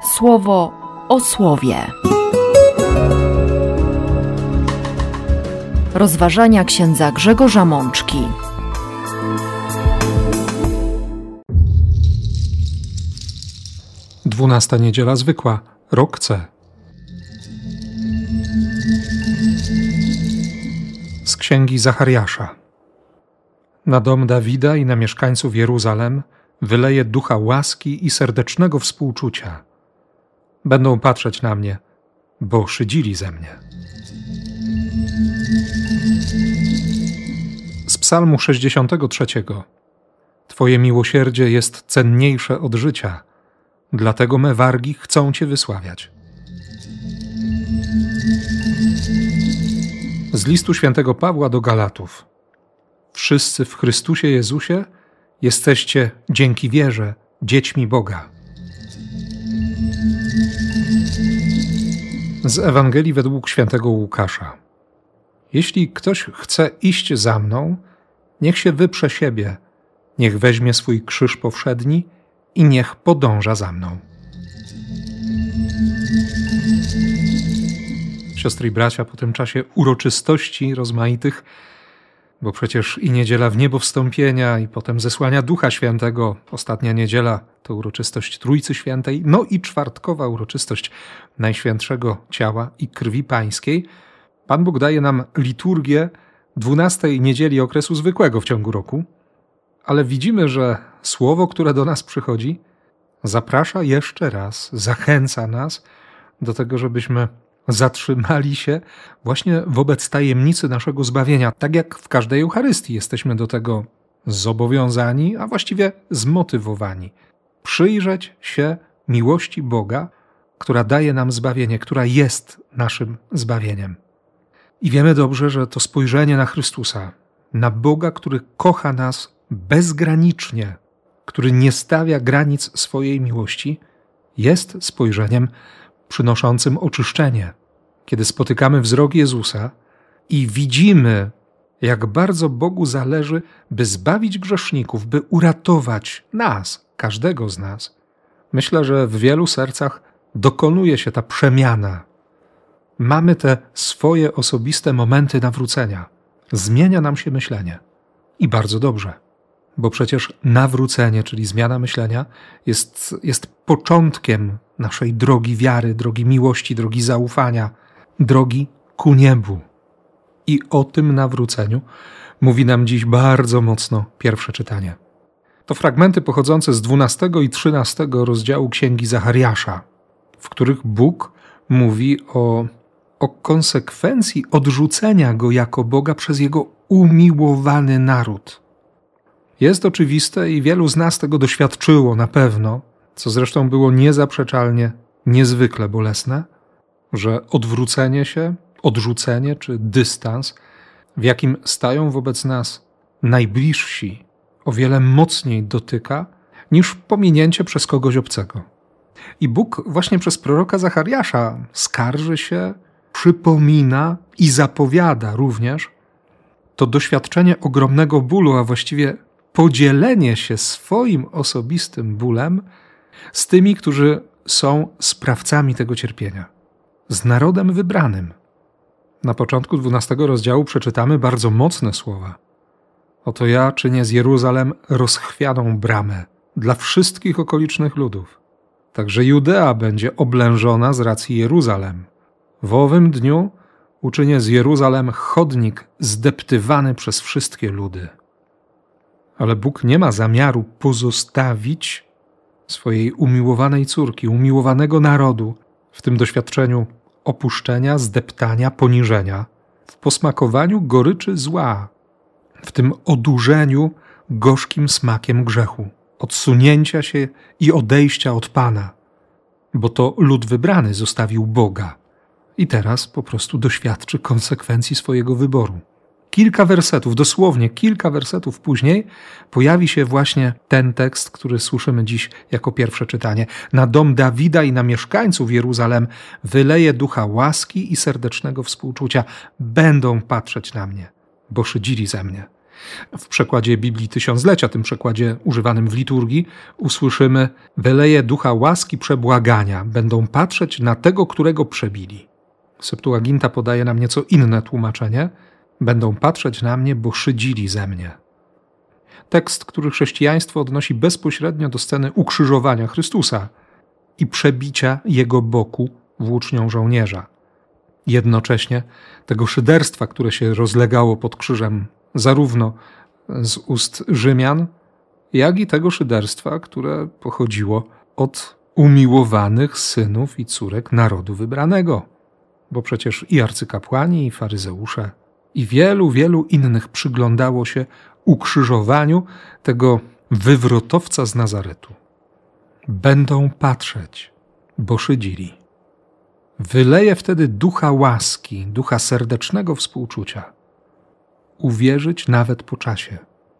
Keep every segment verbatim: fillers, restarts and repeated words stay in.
Słowo o słowie. Rozważania księdza Grzegorza Mączki. Dwunasta niedziela zwykła, rok C. Z księgi Zachariasza. Na dom Dawida i na mieszkańców Jeruzalem wyleje ducha łaski i serdecznego współczucia. Będą patrzeć na mnie, bo szydzili ze mnie. Z psalmu sześćdziesiątego trzeciego. Twoje miłosierdzie jest cenniejsze od życia, dlatego me wargi chcą Cię wysławiać. Z listu świętego Pawła do Galatów. Wszyscy w Chrystusie Jezusie jesteście dzięki wierze dziećmi Boga. Z Ewangelii według świętego Łukasza. Jeśli ktoś chce iść za mną, niech się wyprze siebie, niech weźmie swój krzyż powszedni i niech podąża za mną. Siostry i bracia, po tym czasie uroczystości rozmaitych, bo przecież i niedziela w niebo wstąpienia, i potem zesłania Ducha Świętego, ostatnia niedziela to uroczystość Trójcy Świętej, no i czwartkowa uroczystość Najświętszego Ciała i Krwi Pańskiej, Pan Bóg daje nam liturgię dwunastej niedzieli okresu zwykłego w ciągu roku, ale widzimy, że Słowo, które do nas przychodzi, zaprasza jeszcze raz, zachęca nas do tego, żebyśmy zatrzymali się właśnie wobec tajemnicy naszego zbawienia. Tak jak w każdej Eucharystii jesteśmy do tego zobowiązani, a właściwie zmotywowani. Przyjrzeć się miłości Boga, która daje nam zbawienie, która jest naszym zbawieniem. I wiemy dobrze, że to spojrzenie na Chrystusa, na Boga, który kocha nas bezgranicznie, który nie stawia granic swojej miłości, jest spojrzeniem przynoszącym oczyszczenie. Kiedy spotykamy wzrok Jezusa i widzimy, jak bardzo Bogu zależy, by zbawić grzeszników, by uratować nas, każdego z nas, myślę, że w wielu sercach dokonuje się ta przemiana. Mamy te swoje osobiste momenty nawrócenia. Zmienia nam się myślenie. I bardzo dobrze. Bo przecież nawrócenie, czyli zmiana myślenia, jest, jest początkiem naszej drogi wiary, drogi miłości, drogi zaufania, drogi ku niebu. I o tym nawróceniu mówi nam dziś bardzo mocno pierwsze czytanie. To fragmenty pochodzące z dwunastego i trzynastego rozdziału księgi Zachariasza, w których Bóg mówi o, o konsekwencji odrzucenia Go jako Boga przez Jego umiłowany naród. Jest oczywiste i wielu z nas tego doświadczyło na pewno, co zresztą było niezaprzeczalnie niezwykle bolesne, że odwrócenie się, odrzucenie czy dystans, w jakim stają wobec nas najbliżsi, o wiele mocniej dotyka niż pominięcie przez kogoś obcego. I Bóg właśnie przez proroka Zachariasza skarży się, przypomina i zapowiada również to doświadczenie ogromnego bólu, a właściwie podzielenie się swoim osobistym bólem z tymi, którzy są sprawcami tego cierpienia. Z narodem wybranym. Na początku dwunastego rozdziału przeczytamy bardzo mocne słowa. Oto ja czynię z Jeruzalem rozchwianą bramę dla wszystkich okolicznych ludów. Także Judea będzie oblężona z racji Jeruzalem. W owym dniu uczynię z Jeruzalem chodnik zdeptywany przez wszystkie ludy. Ale Bóg nie ma zamiaru pozostawić swojej umiłowanej córki, umiłowanego narodu w tym doświadczeniu opuszczenia, zdeptania, poniżenia, w posmakowaniu goryczy zła, w tym odurzeniu gorzkim smakiem grzechu, odsunięcia się i odejścia od Pana, bo to lud wybrany zostawił Boga i teraz po prostu doświadczy konsekwencji swojego wyboru. Kilka wersetów, dosłownie kilka wersetów później pojawi się właśnie ten tekst, który słyszymy dziś jako pierwsze czytanie. Na dom Dawida i na mieszkańców Jeruzalem wyleje ducha łaski i serdecznego współczucia. Będą patrzeć na mnie, bo szydzili ze mnie. W przekładzie Biblii Tysiąclecia, tym przekładzie używanym w liturgii, usłyszymy: wyleje ducha łaski przebłagania, będą patrzeć na tego, którego przebili. Septuaginta podaje nam nieco inne tłumaczenie: będą patrzeć na mnie, bo szydzili ze mnie. Tekst, który chrześcijaństwo odnosi bezpośrednio do sceny ukrzyżowania Chrystusa i przebicia Jego boku włócznią żołnierza. Jednocześnie tego szyderstwa, które się rozlegało pod krzyżem zarówno z ust Rzymian, jak i tego szyderstwa, które pochodziło od umiłowanych synów i córek narodu wybranego. Bo przecież i arcykapłani, i faryzeusze, i wielu, wielu innych przyglądało się ukrzyżowaniu tego wywrotowca z Nazaretu. Będą patrzeć, bo szydzili. Wyleje wtedy ducha łaski, ducha serdecznego współczucia. Uwierzyć nawet po czasie.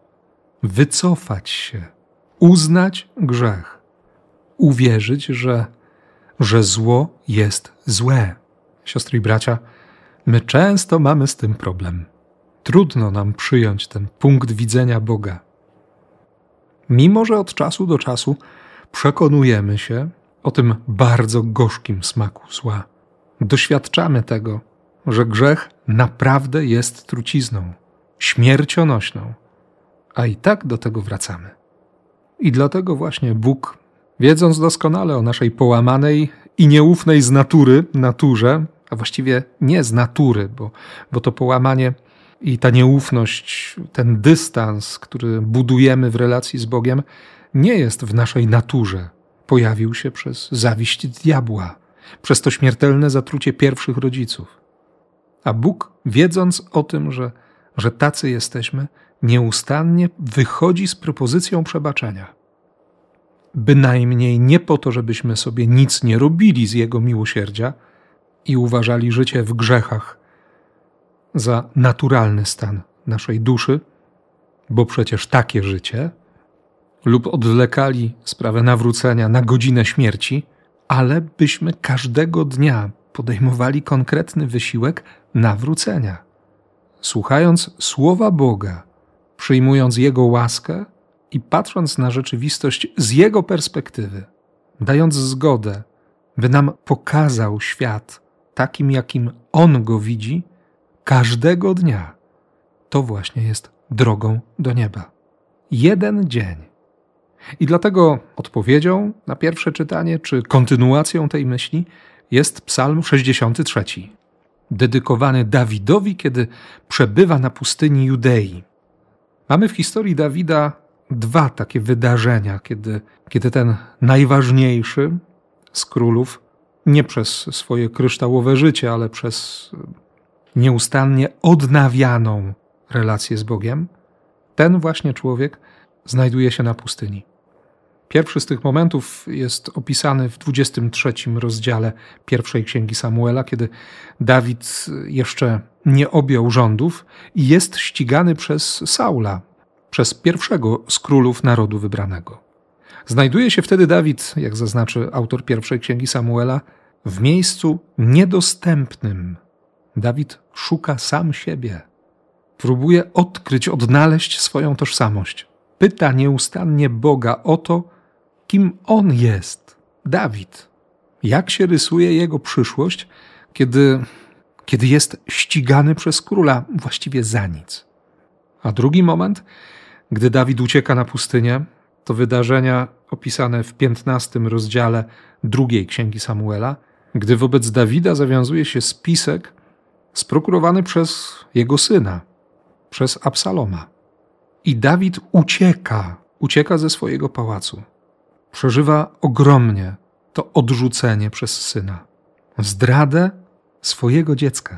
Wycofać się, uznać grzech. Uwierzyć, że, że zło jest złe. Siostry i bracia, my często mamy z tym problem. Trudno nam przyjąć ten punkt widzenia Boga. Mimo że od czasu do czasu przekonujemy się o tym bardzo gorzkim smaku zła. Doświadczamy tego, że grzech naprawdę jest trucizną, śmiercionośną, a i tak do tego wracamy. I dlatego właśnie Bóg, wiedząc doskonale o naszej połamanej i nieufnej z natury naturze, a właściwie nie z natury, bo, bo to połamanie i ta nieufność, ten dystans, który budujemy w relacji z Bogiem, nie jest w naszej naturze. Pojawił się przez zawiść diabła, przez to śmiertelne zatrucie pierwszych rodziców. A Bóg, wiedząc o tym, że, że tacy jesteśmy, nieustannie wychodzi z propozycją przebaczenia. Bynajmniej nie po to, żebyśmy sobie nic nie robili z Jego miłosierdzia i uważali życie w grzechach za naturalny stan naszej duszy, bo przecież takie życie, lub odwlekali sprawę nawrócenia na godzinę śmierci, ale byśmy każdego dnia podejmowali konkretny wysiłek nawrócenia. Słuchając słowa Boga, przyjmując Jego łaskę i patrząc na rzeczywistość z Jego perspektywy, dając zgodę, by nam pokazał świat takim, jakim On go widzi, każdego dnia. To właśnie jest drogą do nieba. Jeden dzień. I dlatego odpowiedzią na pierwsze czytanie, czy kontynuacją tej myśli jest Psalm sześćdziesiąty trzeci, dedykowany Dawidowi, kiedy przebywa na pustyni Judei. Mamy w historii Dawida dwa takie wydarzenia, kiedy, kiedy ten najważniejszy z królów, nie przez swoje kryształowe życie, ale przez nieustannie odnawianą relację z Bogiem, ten właśnie człowiek znajduje się na pustyni. Pierwszy z tych momentów jest opisany w dwudziestym trzecim rozdziale pierwszej księgi Samuela, kiedy Dawid jeszcze nie objął rządów i jest ścigany przez Saula, przez pierwszego z królów narodu wybranego. Znajduje się wtedy Dawid, jak zaznaczy autor pierwszej księgi Samuela, w miejscu niedostępnym. Dawid szuka sam siebie. Próbuje odkryć, odnaleźć swoją tożsamość. Pyta nieustannie Boga o to, kim on jest, Dawid. Jak się rysuje jego przyszłość, kiedy, kiedy jest ścigany przez króla właściwie za nic. A drugi moment, gdy Dawid ucieka na pustynię, to wydarzenia opisane w piętnastym rozdziale drugiej księgi Samuela, gdy wobec Dawida zawiązuje się spisek sprokurowany przez jego syna, przez Absaloma. I Dawid ucieka, ucieka ze swojego pałacu. Przeżywa ogromnie to odrzucenie przez syna, zdradę swojego dziecka.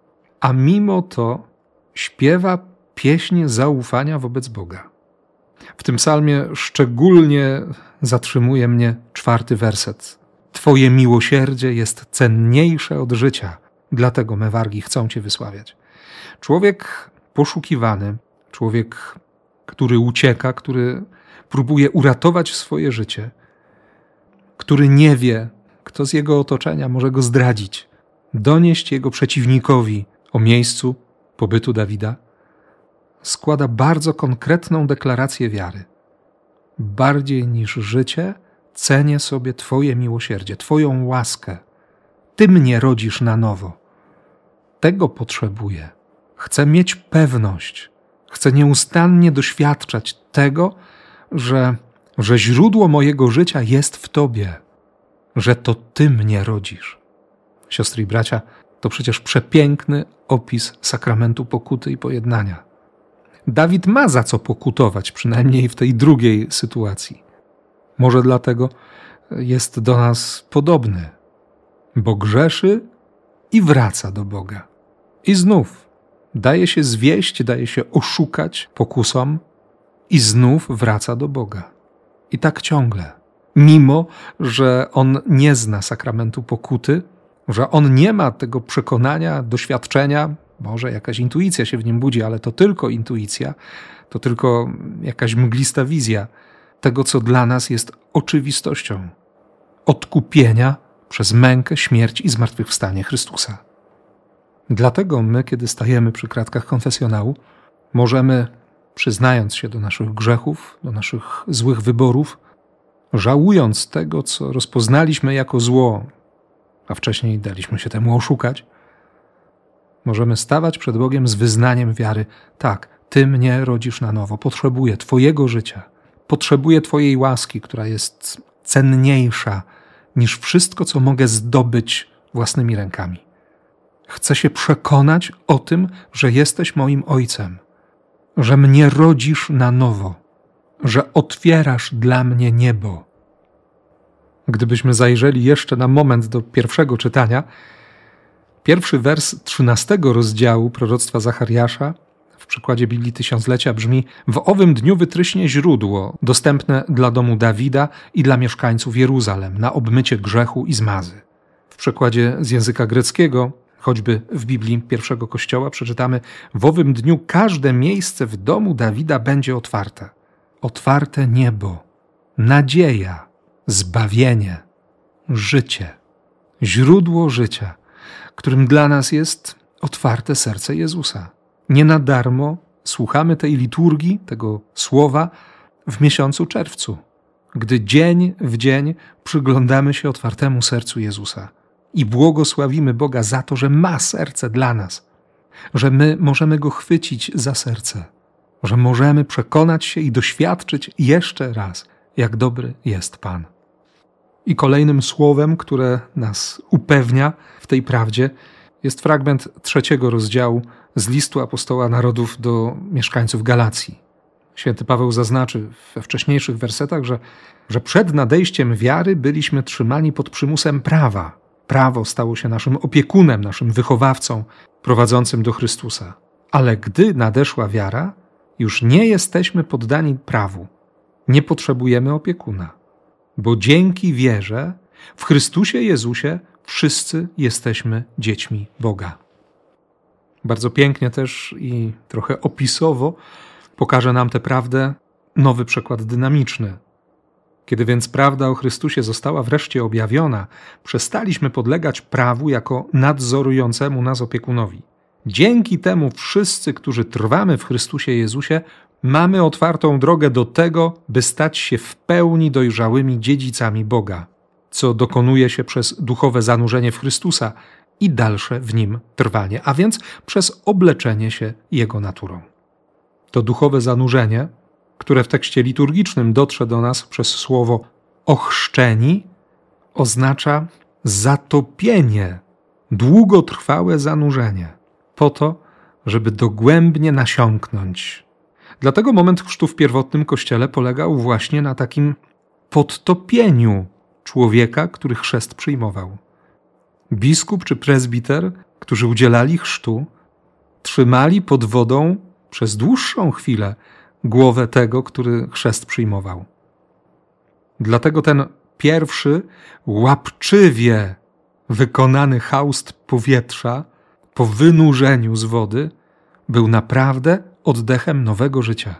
A mimo to śpiewa pieśń zaufania wobec Boga. W tym psalmie szczególnie zatrzymuje mnie czwarty werset. Twoje miłosierdzie jest cenniejsze od życia, dlatego me wargi chcą Cię wysławiać. Człowiek poszukiwany, człowiek, który ucieka, który próbuje uratować swoje życie, który nie wie, kto z jego otoczenia może go zdradzić, donieść jego przeciwnikowi o miejscu pobytu Dawida, składa bardzo konkretną deklarację wiary. Bardziej niż życie cenię sobie Twoje miłosierdzie, Twoją łaskę. Ty mnie rodzisz na nowo. Tego potrzebuję. Chcę mieć pewność. Chcę nieustannie doświadczać tego, że, że źródło mojego życia jest w Tobie. Że to Ty mnie rodzisz. Siostry i bracia, to przecież przepiękny opis sakramentu pokuty i pojednania. Dawid ma za co pokutować, przynajmniej w tej drugiej sytuacji. Może dlatego jest do nas podobny, bo grzeszy i wraca do Boga. I znów daje się zwieść, daje się oszukać pokusom i znów wraca do Boga. I tak ciągle. Mimo że on nie zna sakramentu pokuty, że on nie ma tego przekonania, doświadczenia, może jakaś intuicja się w nim budzi, ale to tylko intuicja, to tylko jakaś mglista wizja tego, co dla nas jest oczywistością. Odkupienia przez mękę, śmierć i zmartwychwstanie Chrystusa. Dlatego my, kiedy stajemy przy kratkach konfesjonału, możemy, przyznając się do naszych grzechów, do naszych złych wyborów, żałując tego, co rozpoznaliśmy jako zło, a wcześniej daliśmy się temu oszukać, możemy stawać przed Bogiem z wyznaniem wiary. Tak, Ty mnie rodzisz na nowo, potrzebuję Twojego życia, potrzebuję Twojej łaski, która jest cenniejsza niż wszystko, co mogę zdobyć własnymi rękami. Chcę się przekonać o tym, że jesteś moim Ojcem, że mnie rodzisz na nowo, że otwierasz dla mnie niebo. Gdybyśmy zajrzeli jeszcze na moment do pierwszego czytania, pierwszy wers trzynastego rozdziału proroctwa Zachariasza w przykładzie Biblii Tysiąclecia brzmi: w owym dniu wytryśnie źródło dostępne dla domu Dawida i dla mieszkańców Jeruzalem na obmycie grzechu i zmazy. W przekładzie z języka greckiego, choćby w Biblii pierwszego Kościoła, przeczytamy: w owym dniu każde miejsce w domu Dawida będzie otwarte. Otwarte niebo, nadzieja, zbawienie, życie, źródło życia, którym dla nas jest otwarte serce Jezusa. Nie na darmo słuchamy tej liturgii, tego słowa w miesiącu czerwcu, gdy dzień w dzień przyglądamy się otwartemu sercu Jezusa i błogosławimy Boga za to, że ma serce dla nas, że my możemy Go chwycić za serce, że możemy przekonać się i doświadczyć jeszcze raz, jak dobry jest Pan. I kolejnym słowem, które nas upewnia w tej prawdzie, jest fragment trzeciego rozdziału z listu apostoła narodów do mieszkańców Galacji. Święty Paweł zaznaczy we wcześniejszych wersetach, że, że przed nadejściem wiary byliśmy trzymani pod przymusem prawa. Prawo stało się naszym opiekunem, naszym wychowawcą, prowadzącym do Chrystusa. Ale gdy nadeszła wiara, już nie jesteśmy poddani prawu. Nie potrzebujemy opiekuna. Bo dzięki wierze w Chrystusie Jezusie wszyscy jesteśmy dziećmi Boga. Bardzo pięknie też i trochę opisowo pokaże nam tę prawdę nowy przekład dynamiczny. Kiedy więc prawda o Chrystusie została wreszcie objawiona, przestaliśmy podlegać prawu jako nadzorującemu nas opiekunowi. Dzięki temu wszyscy, którzy trwamy w Chrystusie Jezusie, mamy otwartą drogę do tego, by stać się w pełni dojrzałymi dziedzicami Boga, co dokonuje się przez duchowe zanurzenie w Chrystusa i dalsze w Nim trwanie, a więc przez obleczenie się Jego naturą. To duchowe zanurzenie, które w tekście liturgicznym dotrze do nas przez słowo ochrzczeni, oznacza zatopienie, długotrwałe zanurzenie, po to, żeby dogłębnie nasiąknąć. Dlatego moment chrztu w pierwotnym Kościele polegał właśnie na takim podtopieniu człowieka, który chrzest przyjmował. Biskup czy prezbiter, którzy udzielali chrztu, trzymali pod wodą przez dłuższą chwilę głowę tego, który chrzest przyjmował. Dlatego ten pierwszy, łapczywie wykonany haust powietrza po wynurzeniu z wody był naprawdę oddechem nowego życia.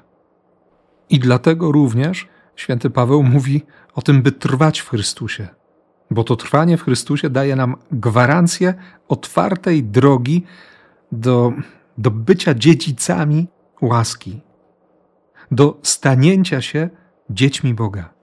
I dlatego również święty Paweł mówi o tym, by trwać w Chrystusie, bo to trwanie w Chrystusie daje nam gwarancję otwartej drogi do, do bycia dziedzicami łaski, do stanięcia się dziećmi Boga.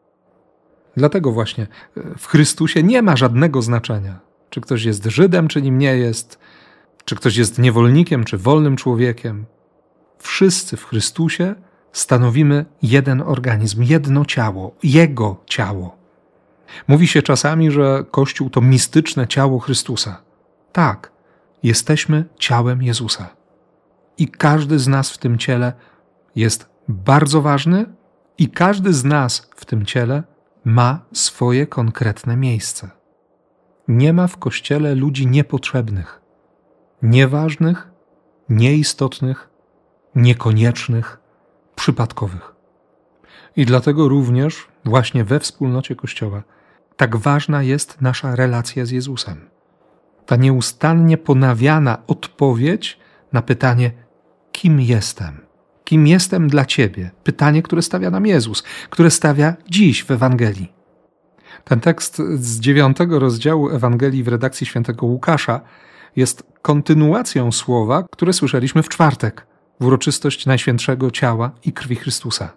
Dlatego właśnie w Chrystusie nie ma żadnego znaczenia, czy ktoś jest Żydem, czy nim nie jest, czy ktoś jest niewolnikiem, czy wolnym człowiekiem. Wszyscy w Chrystusie stanowimy jeden organizm, jedno ciało, Jego ciało. Mówi się czasami, że Kościół to mistyczne ciało Chrystusa. Tak, jesteśmy ciałem Jezusa. I każdy z nas w tym ciele jest bardzo ważny i każdy z nas w tym ciele ma swoje konkretne miejsce. Nie ma w Kościele ludzi niepotrzebnych, nieważnych, nieistotnych, niekoniecznych, przypadkowych. I dlatego również właśnie we wspólnocie Kościoła tak ważna jest nasza relacja z Jezusem. Ta nieustannie ponawiana odpowiedź na pytanie, kim jestem? Kim jestem dla Ciebie? Pytanie, które stawia nam Jezus, które stawia dziś w Ewangelii. Ten tekst z dziewiątego rozdziału Ewangelii w redakcji świętego Łukasza jest kontynuacją słowa, które słyszeliśmy w czwartek, w uroczystość Najświętszego Ciała i Krwi Chrystusa.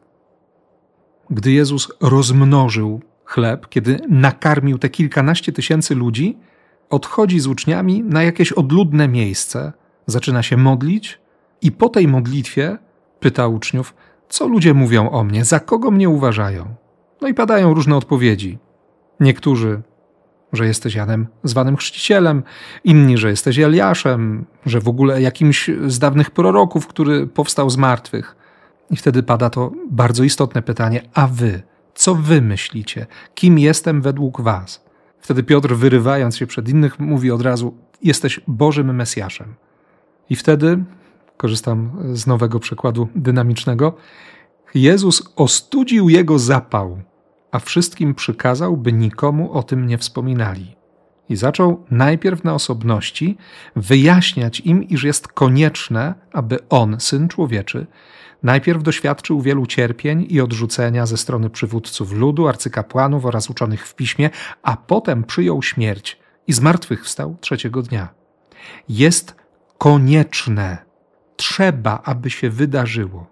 Gdy Jezus rozmnożył chleb, kiedy nakarmił te kilkanaście tysięcy ludzi, odchodzi z uczniami na jakieś odludne miejsce, zaczyna się modlić i po tej modlitwie pyta uczniów, co ludzie mówią o mnie, za kogo mnie uważają. No i padają różne odpowiedzi. Niektórzy, że jesteś Janem zwanym Chrzcicielem, inni, że jesteś Eliaszem, że w ogóle jakimś z dawnych proroków, który powstał z martwych. I wtedy pada to bardzo istotne pytanie, a wy, co wy myślicie? Kim jestem według was? Wtedy Piotr, wyrywając się przed innych, mówi od razu, jesteś Bożym Mesjaszem. I wtedy, korzystam z nowego przykładu dynamicznego, Jezus ostudził jego zapał, a wszystkim przykazał, by nikomu o tym nie wspominali. I zaczął najpierw na osobności wyjaśniać im, iż jest konieczne, aby On, Syn Człowieczy, najpierw doświadczył wielu cierpień i odrzucenia ze strony przywódców ludu, arcykapłanów oraz uczonych w piśmie, a potem przyjął śmierć i zmartwychwstał trzeciego dnia. Jest konieczne, trzeba, aby się wydarzyło.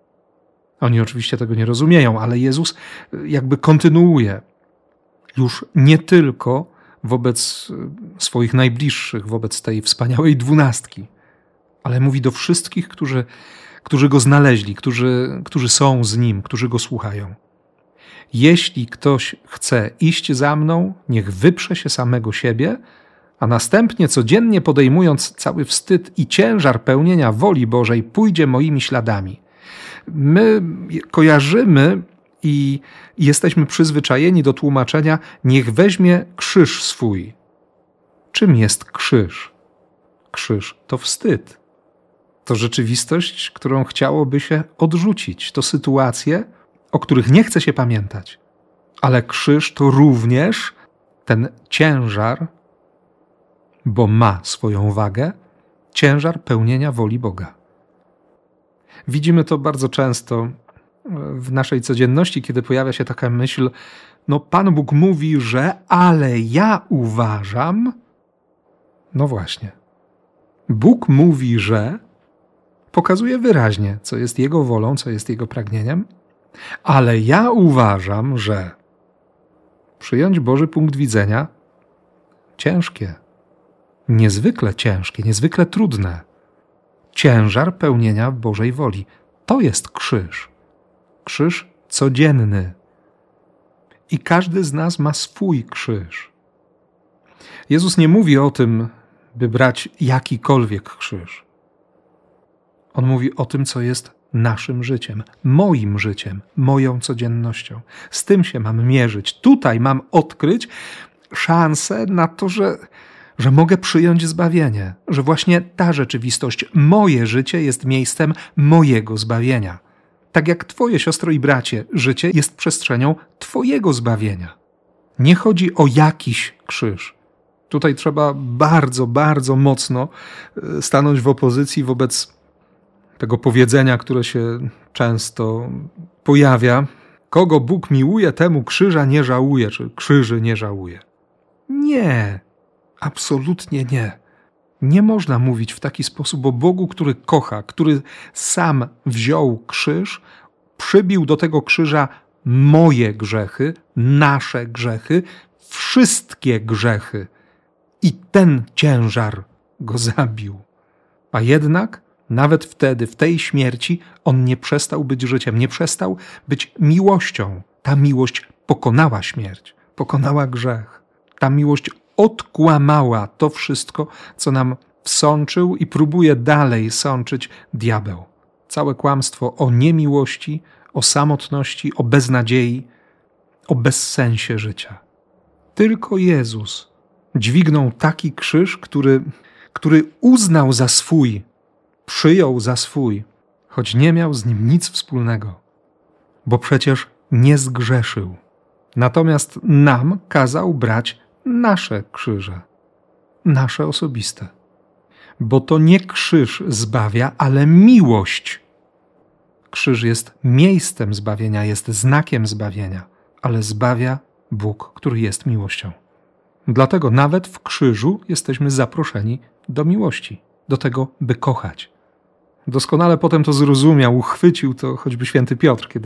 Oni oczywiście tego nie rozumieją, ale Jezus jakby kontynuuje już nie tylko wobec swoich najbliższych, wobec tej wspaniałej dwunastki, ale mówi do wszystkich, którzy, którzy Go znaleźli, którzy, którzy są z Nim, którzy Go słuchają. Jeśli ktoś chce iść za mną, niech wyprze się samego siebie, a następnie codziennie podejmując cały wstyd i ciężar pełnienia woli Bożej, pójdzie moimi śladami. My kojarzymy i jesteśmy przyzwyczajeni do tłumaczenia, niech weźmie krzyż swój. Czym jest krzyż? Krzyż to wstyd. To rzeczywistość, którą chciałoby się odrzucić. To sytuacje, o których nie chce się pamiętać. Ale krzyż to również ten ciężar, bo ma swoją wagę, ciężar pełnienia woli Boga. Widzimy to bardzo często w naszej codzienności, kiedy pojawia się taka myśl, no Pan Bóg mówi, że, ale ja uważam. No właśnie. Bóg mówi, że pokazuje wyraźnie, co jest Jego wolą, co jest Jego pragnieniem, ale ja uważam, że przyjąć Boży punkt widzenia ciężkie, niezwykle ciężkie, niezwykle trudne. Ciężar pełnienia Bożej woli. To jest krzyż. Krzyż codzienny. I każdy z nas ma swój krzyż. Jezus nie mówi o tym, by brać jakikolwiek krzyż. On mówi o tym, co jest naszym życiem, moim życiem, moją codziennością. Z tym się mam mierzyć. Tutaj mam odkryć szansę na to, że że mogę przyjąć zbawienie, że właśnie ta rzeczywistość, moje życie jest miejscem mojego zbawienia. Tak jak twoje, siostro i bracie, życie jest przestrzenią twojego zbawienia. Nie chodzi o jakiś krzyż. Tutaj trzeba bardzo, bardzo mocno stanąć w opozycji wobec tego powiedzenia, które się często pojawia. Kogo Bóg miłuje, temu krzyża nie żałuje, czy krzyży nie żałuje. Nie. Absolutnie nie. Nie można mówić w taki sposób o Bogu, który kocha, który sam wziął krzyż, przybił do tego krzyża moje grzechy, nasze grzechy, wszystkie grzechy. I ten ciężar go zabił. A jednak nawet wtedy, w tej śmierci, on nie przestał być życiem, nie przestał być miłością. Ta miłość pokonała śmierć, pokonała grzech. Ta miłość odkłamała to wszystko, co nam wsączył i próbuje dalej sączyć diabeł. Całe kłamstwo o niemiłości, o samotności, o beznadziei, o bezsensie życia. Tylko Jezus dźwignął taki krzyż, który, który uznał za swój, przyjął za swój, choć nie miał z nim nic wspólnego, bo przecież nie zgrzeszył. Natomiast nam kazał brać nasze krzyże, nasze osobiste. Bo to nie krzyż zbawia, ale miłość. Krzyż jest miejscem zbawienia, jest znakiem zbawienia, ale zbawia Bóg, który jest miłością. Dlatego nawet w krzyżu jesteśmy zaproszeni do miłości, do tego, by kochać. Doskonale potem to zrozumiał, uchwycił to choćby święty Piotr, kiedy,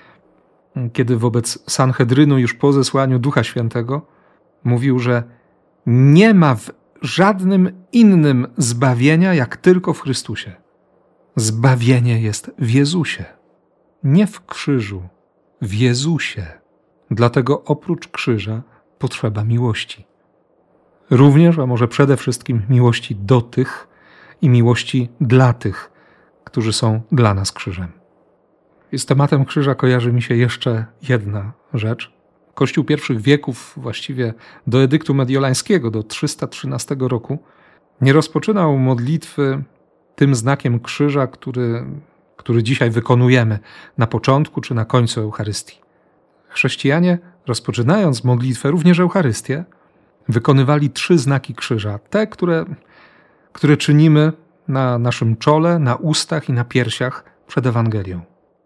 kiedy wobec Sanhedrynu już po zesłaniu Ducha Świętego mówił, że nie ma w żadnym innym zbawienia, jak tylko w Chrystusie. Zbawienie jest w Jezusie, nie w krzyżu, w Jezusie. Dlatego oprócz krzyża potrzeba miłości. Również, a może przede wszystkim miłości do tych i miłości dla tych, którzy są dla nas krzyżem. I z tematem krzyża kojarzy mi się jeszcze jedna rzecz. Kościół pierwszych wieków, właściwie do edyktu mediolańskiego, do trzysta trzynastego roku, nie rozpoczynał modlitwy tym znakiem krzyża, który, który dzisiaj wykonujemy na początku czy na końcu Eucharystii. Chrześcijanie, rozpoczynając modlitwę, również Eucharystię, wykonywali trzy znaki krzyża. Te, które, które czynimy na naszym czole, na ustach i na piersiach przed Ewangelią.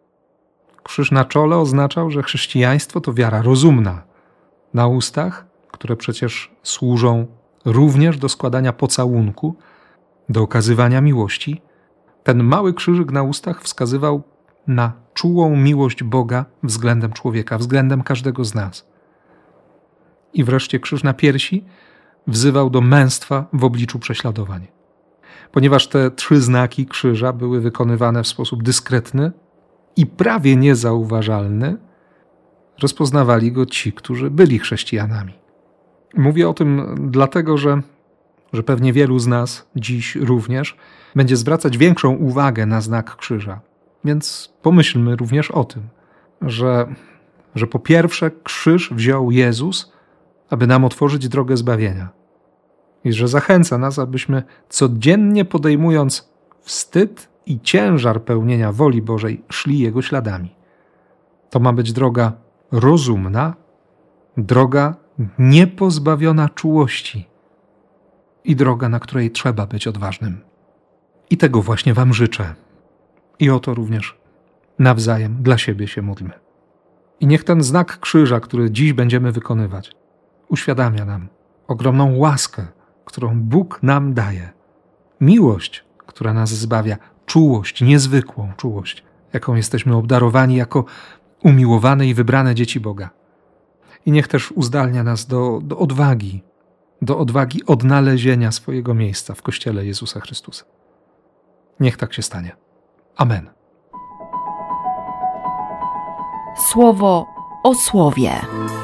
Krzyż na czole oznaczał, że chrześcijaństwo to wiara rozumna. Na ustach, które przecież służą również do składania pocałunku, do okazywania miłości, ten mały krzyżyk na ustach wskazywał na czułą miłość Boga względem człowieka, względem każdego z nas. I wreszcie krzyż na piersi wzywał do męstwa w obliczu prześladowań. Ponieważ te trzy znaki krzyża były wykonywane w sposób dyskretny i prawie niezauważalny, rozpoznawali go ci, którzy byli chrześcijanami. Mówię o tym dlatego, że, że pewnie wielu z nas dziś również będzie zwracać większą uwagę na znak krzyża. Więc pomyślmy również o tym, że, że po pierwsze krzyż wziął Jezus, aby nam otworzyć drogę zbawienia. I że zachęca nas, abyśmy codziennie podejmując wstyd i ciężar pełnienia woli Bożej szli Jego śladami. To ma być droga rozumna, droga niepozbawiona czułości i droga, na której trzeba być odważnym. I tego właśnie wam życzę. I o to również nawzajem dla siebie się módlmy. I niech ten znak krzyża, który dziś będziemy wykonywać, uświadamia nam ogromną łaskę, którą Bóg nam daje. Miłość, która nas zbawia, czułość, niezwykłą czułość, jaką jesteśmy obdarowani jako umiłowane i wybrane dzieci Boga. I niech też uzdalnia nas do, do odwagi, do odwagi odnalezienia swojego miejsca w Kościele Jezusa Chrystusa. Niech tak się stanie. Amen. Słowo o słowie.